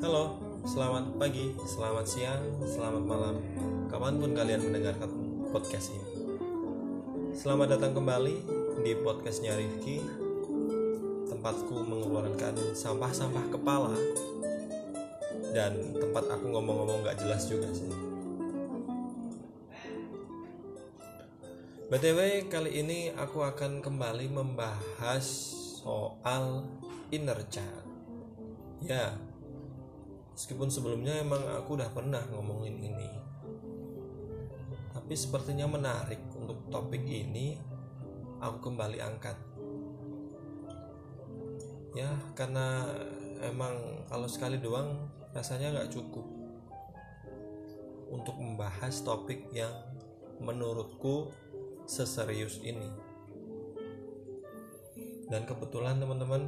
Halo, selamat pagi, selamat siang, selamat malam, kapanpun kalian mendengarkan podcast ini. Selamat datang kembali di podcastnya Rifki, tempatku mengeluarkan sampah-sampah kepala dan tempat aku ngomong-ngomong gak jelas juga sih. BTW, kali ini aku akan kembali membahas soal inner child. Ya, meskipun sebelumnya emang aku udah pernah ngomongin ini, tapi sepertinya menarik untuk topik ini aku kembali angkat. Ya, karena emang kalau sekali doang rasanya gak cukup untuk membahas topik yang menurutku seserius ini. Dan kebetulan teman-teman,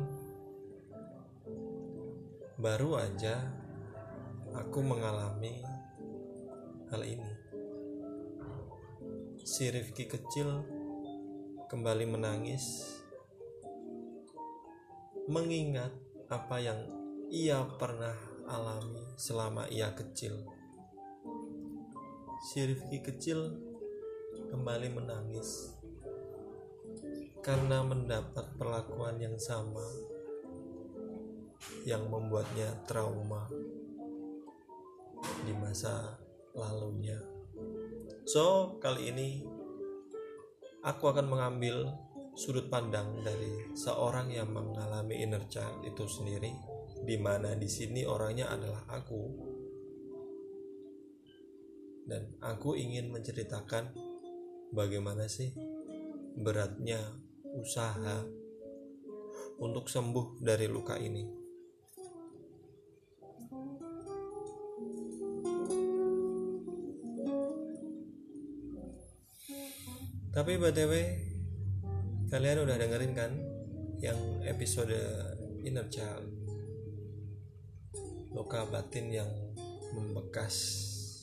baru aja aku mengalami hal ini. Si Rifki kecil kembali menangis mengingat apa yang ia pernah alami selama ia kecil. Si Rifki kecil kembali menangis karena mendapat perlakuan yang sama yang membuatnya trauma di masa lalunya. So, kali ini aku akan mengambil sudut pandang dari seorang yang mengalami inner child itu sendiri, di mana di sini orangnya adalah aku. Dan aku ingin menceritakan bagaimana sih beratnya usaha untuk sembuh dari luka ini. Tapi BTW, kalian udah dengerin kan yang episode inner child, luka batin yang membekas?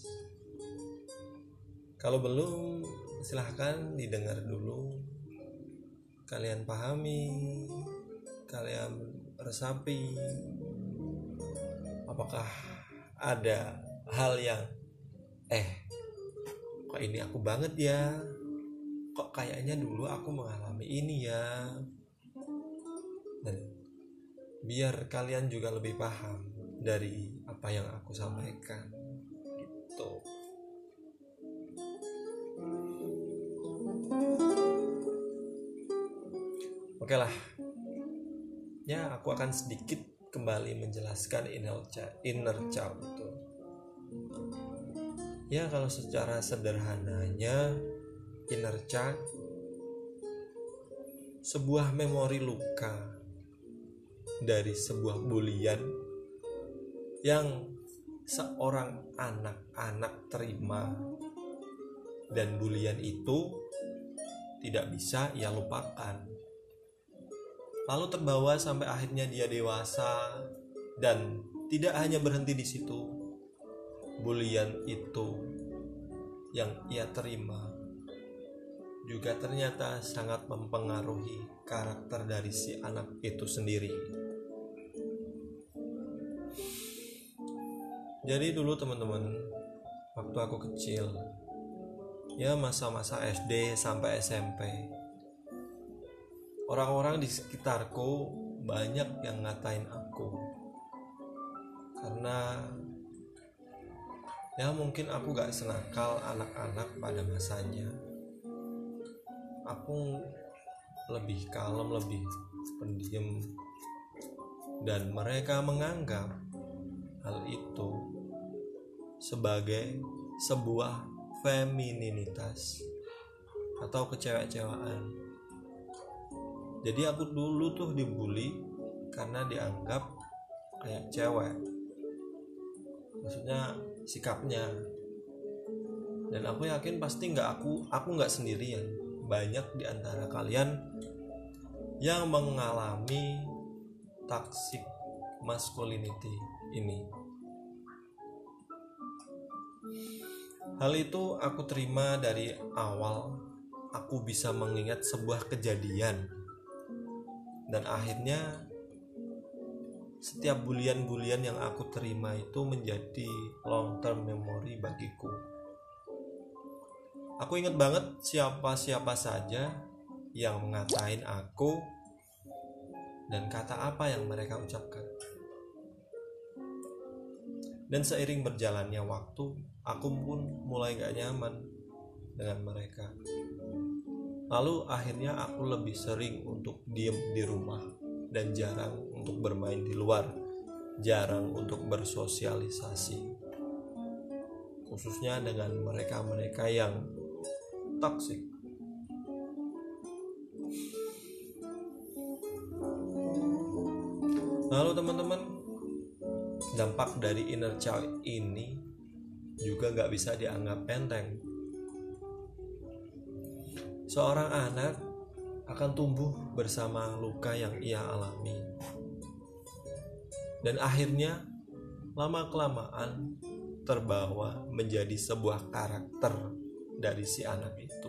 Kalau belum, silahkan didengar dulu, kalian pahami, kalian resapi apakah ada hal yang kok ini aku banget ya, kok kayaknya dulu aku mengalami ini ya. Dan biar kalian juga lebih paham dari apa yang aku sampaikan gitu. Oke lah, ya aku akan sedikit kembali menjelaskan inner child itu. Ya, kalau secara sederhananya, inner child sebuah memori luka dari sebuah bulian yang seorang anak-anak terima, dan bulian itu tidak bisa ia lupakan. Lalu terbawa sampai akhirnya dia dewasa, dan tidak hanya berhenti di situ. Bulian itu yang ia terima juga ternyata sangat mempengaruhi karakter dari si anak itu sendiri. Jadi dulu teman-teman, waktu aku kecil, ya masa-masa SD sampai SMP, orang-orang di sekitarku banyak yang ngatain aku karena ya mungkin aku gak senakal anak-anak pada masanya. Aku lebih kalem, lebih pendiam, dan mereka menganggap hal itu sebagai sebuah femininitas atau kecewek-cewakan. Jadi aku dulu tuh dibully karena dianggap kayak cewek, maksudnya sikapnya. Dan aku yakin pasti aku nggak sendirian, banyak di antara kalian yang mengalami toxic masculinity ini. Hal itu aku terima dari awal. Aku bisa mengingat sebuah kejadian, dan akhirnya setiap bulian-bulian yang aku terima itu menjadi long term memory bagiku. Aku ingat banget siapa-siapa saja yang mengatain aku dan kata apa yang mereka ucapkan. Dan seiring berjalannya waktu, aku pun mulai gak nyaman dengan mereka. Lalu akhirnya aku lebih sering untuk diem di rumah dan jarang untuk bermain di luar, jarang untuk bersosialisasi, khususnya dengan mereka-mereka yang toksik. Lalu teman-teman, dampak dari inner child ini juga gak bisa dianggap enteng. Seorang anak akan tumbuh bersama luka yang ia alami, dan akhirnya lama-kelamaan terbawa menjadi sebuah karakter dari si anak itu.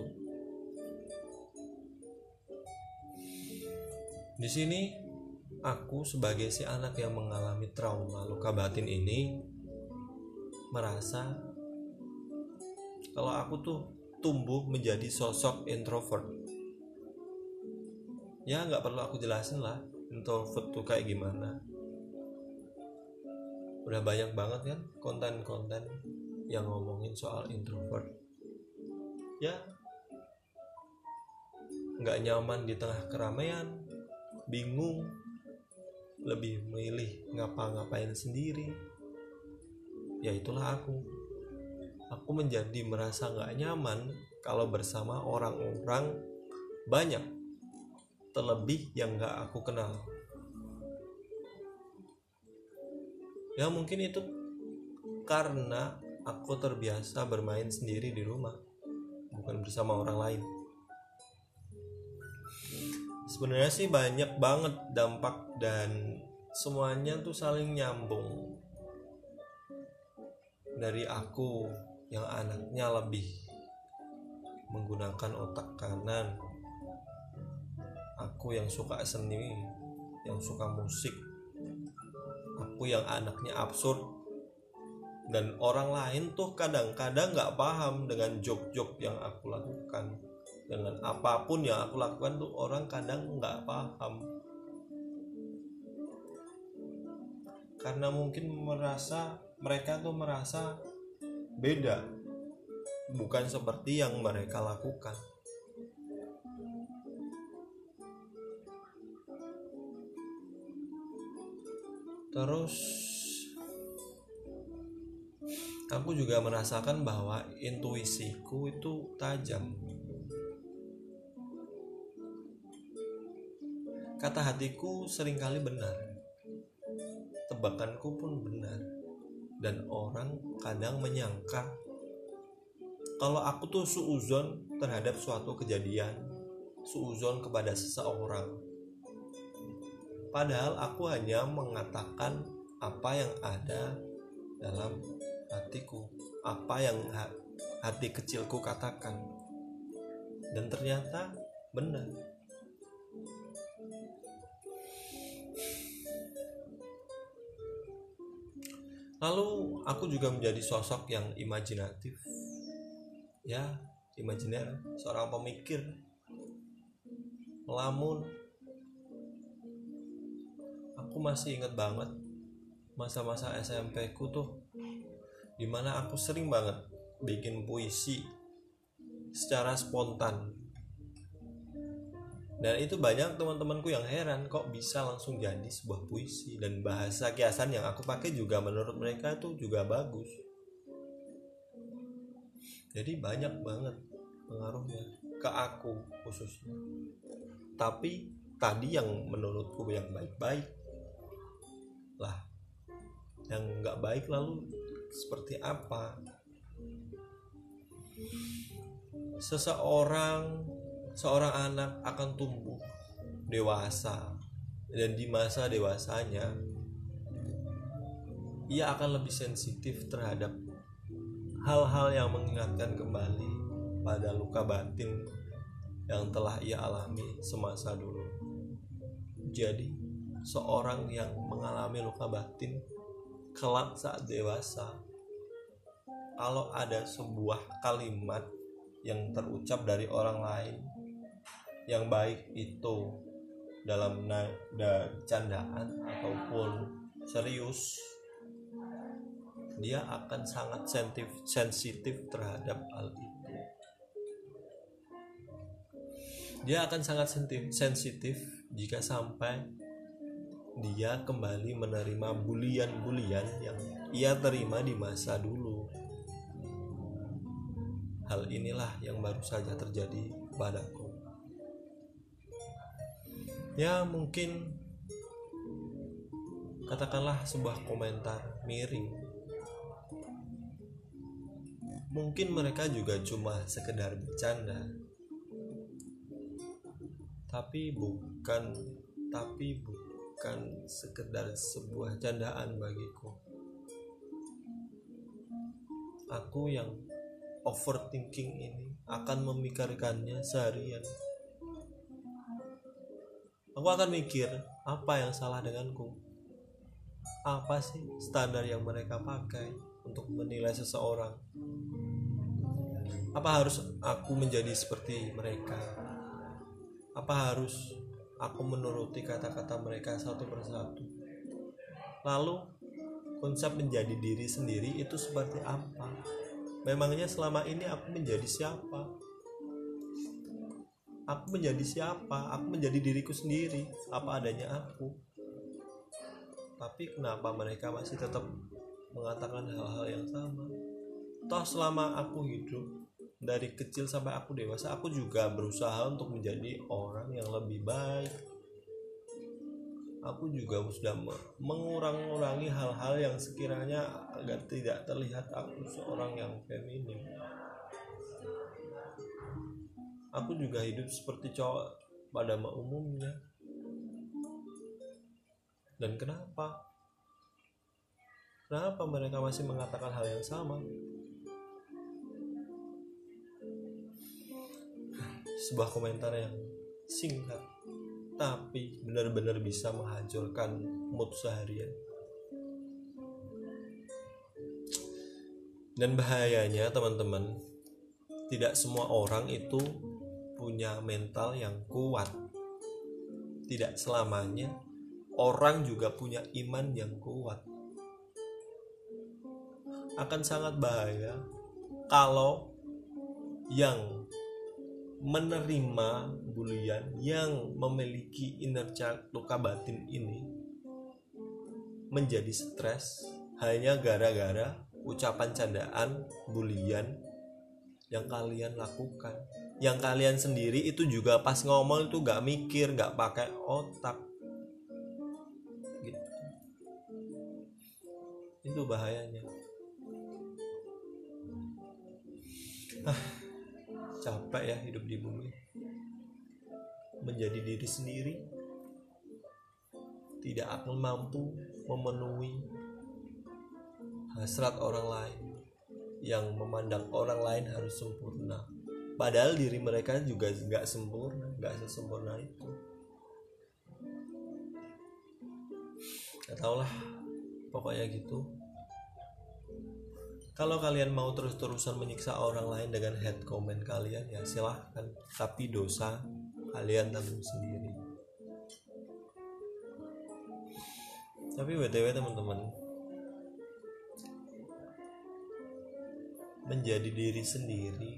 Di sini aku sebagai si anak yang mengalami trauma luka batin ini merasa kalau aku tuh tumbuh menjadi sosok introvert. Ya gak perlu aku jelasin lah introvert tuh kayak gimana. Udah banyak banget kan konten-konten yang ngomongin soal introvert. Ya gak nyaman di tengah keramaian, bingung, lebih milih ngapa-ngapain sendiri. Ya itulah aku menjadi merasa gak nyaman kalau bersama orang-orang banyak, terlebih yang gak aku kenal. Ya mungkin itu karena aku terbiasa bermain sendiri di rumah, bukan bersama orang lain. Sebenarnya sih banyak banget dampak dan semuanya tuh saling nyambung. Dari aku yang anaknya lebih menggunakan otak kanan, aku yang suka seni, yang suka musik, aku yang anaknya absurd, dan orang lain tuh kadang-kadang gak paham dengan joke-joke yang aku lakukan. Dengan apapun yang aku lakukan tuh orang kadang gak paham, karena mungkin mereka tuh merasa beda, bukan seperti yang mereka lakukan. Terus aku juga merasakan bahwa intuisiku itu tajam. Kata hatiku seringkali benar, tebakanku pun benar, dan orang kadang menyangka kalau aku tuh suuzon terhadap suatu kejadian, suuzon kepada seseorang. Padahal aku hanya mengatakan apa yang ada dalam hatiku, apa yang hati kecilku katakan, dan ternyata benar. Lalu aku juga menjadi sosok yang imajinatif, ya imajiner, seorang pemikir, melamun. Aku masih ingat banget masa-masa SMP ku tuh, dimana aku sering banget bikin puisi secara spontan. Dan itu banyak teman-temanku yang heran kok bisa langsung jadi sebuah puisi, dan bahasa kiasan yang aku pakai juga menurut mereka tuh juga bagus. Jadi banyak banget pengaruhnya ke aku khususnya. Tapi tadi yang menurutku yang baik-baik lah, yang gak baik lalu seperti apa? Seorang anak akan tumbuh dewasa, dan di masa dewasanya ia akan lebih sensitif terhadap hal-hal yang mengingatkan kembali pada luka batin yang telah ia alami semasa dulu. Jadi seorang yang mengalami luka batin kelak saat dewasa, kalau ada sebuah kalimat yang terucap dari orang lain yang baik itu dalam nada candaan ataupun serius, dia akan sangat sensitif terhadap hal itu. Dia akan sangat sensitif jika sampai dia kembali menerima bulian-bulian yang ia terima di masa dulu. Hal inilah yang baru saja terjadi padaku. Ya, mungkin katakanlah sebuah komentar miring. Mungkin mereka juga cuma sekedar bercanda. Tapi bukan sekedar sebuah candaan bagiku. Aku yang overthinking ini akan memikirkannya seharian. Aku akan mikir, apa yang salah denganku? Apa sih standar yang mereka pakai untuk menilai seseorang? Apa harus aku menjadi seperti mereka? Apa harus aku menuruti kata-kata mereka satu persatu? Lalu konsep menjadi diri sendiri itu seperti apa? Memangnya selama ini aku menjadi siapa? Aku menjadi siapa? Aku menjadi diriku sendiri, apa adanya aku. Tapi kenapa mereka masih tetap mengatakan hal-hal yang sama? Toh selama aku hidup, dari kecil sampai aku dewasa, aku juga berusaha untuk menjadi orang yang lebih baik. Aku juga sudah mengurangi hal-hal yang sekiranya agar tidak terlihat aku seorang yang feminim. Aku juga hidup seperti cowok pada umumnya. Dan kenapa mereka masih mengatakan hal yang sama? Sebuah komentar yang singkat tapi benar-benar bisa menghancurkan mood seharian. Dan bahayanya teman-teman, tidak semua orang itu punya mental yang kuat. Tidak selamanya orang juga punya iman yang kuat. Akan sangat bahaya kalau yang menerima bulian, yang memiliki inner child luka batin ini menjadi stres hanya gara-gara ucapan candaan bulian yang kalian lakukan. Yang kalian sendiri itu juga pas ngomong itu gak mikir, gak pakai otak gitu. Itu bahayanya. Capek ya hidup di bumi. Menjadi diri sendiri, tidak akan mampu memenuhi hasrat orang lain yang memandang orang lain harus sempurna. Padahal diri mereka juga gak sempurna, gak sesempurna itu. Gak tau lah, pokoknya gitu. Kalau kalian mau terus-terusan menyiksa orang lain dengan hate comment kalian, ya silahkan. Tapi dosa kalian tanggung sendiri. Tapi BTW teman-teman, menjadi diri sendiri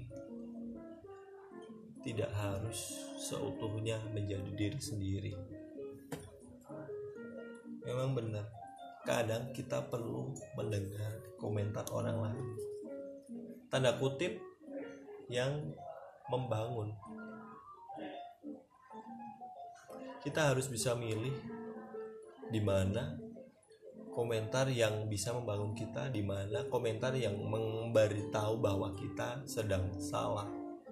tidak harus seutuhnya menjadi diri sendiri. Memang benar, kadang kita perlu mendengar komentar orang lain, tanda kutip, yang membangun. Kita harus bisa milih di mana komentar yang bisa membangun kita, di mana komentar yang memberitahu bahwa kita sedang salah,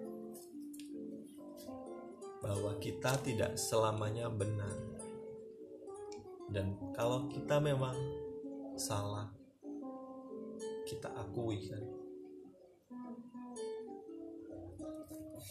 bahwa kita tidak selamanya benar. Dan kalau kita memang salah, kita akui kan.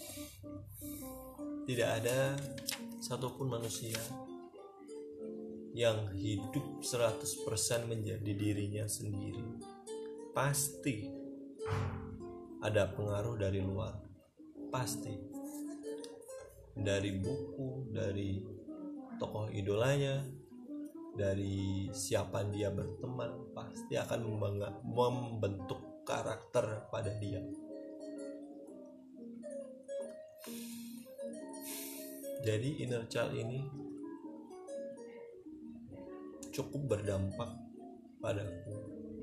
Tidak ada satupun manusia yang hidup 100% menjadi dirinya sendiri. Pasti ada pengaruh dari luar, pasti dari buku, dari tokoh idolanya, dari siapa dia berteman, pasti akan membentuk karakter pada dia. Jadi inner child ini cukup berdampak padaku.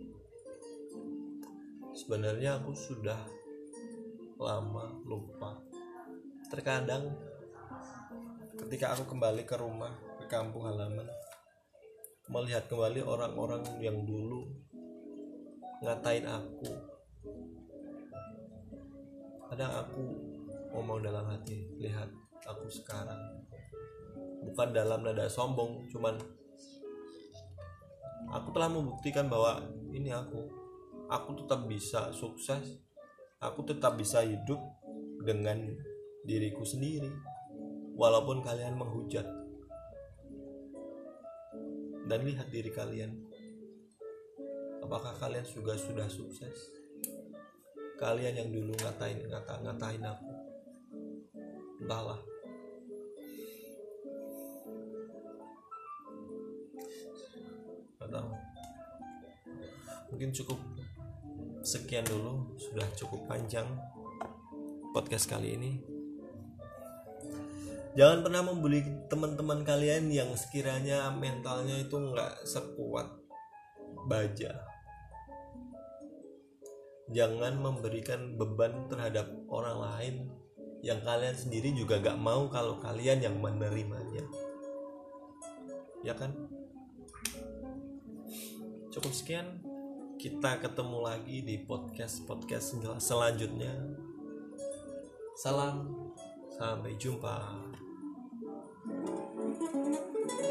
Sebenarnya aku sudah lama lupa. Terkadang ketika aku kembali ke rumah, ke kampung halaman, melihat kembali orang-orang yang dulu ngatain aku, kadang aku ngomong dalam hati, lihat aku sekarang. Bukan dalam nada sombong, cuman aku telah membuktikan bahwa ini aku tetap bisa sukses, aku tetap bisa hidup dengan diriku sendiri walaupun kalian menghujat. Dan lihat diri kalian, apakah kalian juga sudah sukses? Kalian yang dulu ngatain aku, entahlah. Atau mungkin cukup sekian dulu, sudah cukup panjang podcast kali ini. Jangan pernah membuli teman-teman kalian yang sekiranya mentalnya itu nggak sekuat baja. Jangan memberikan beban terhadap orang lain yang kalian sendiri juga gak mau kalau kalian yang menerimanya. Ya kan? Cukup sekian. Kita ketemu lagi di podcast selanjutnya. Salam, sampai jumpa.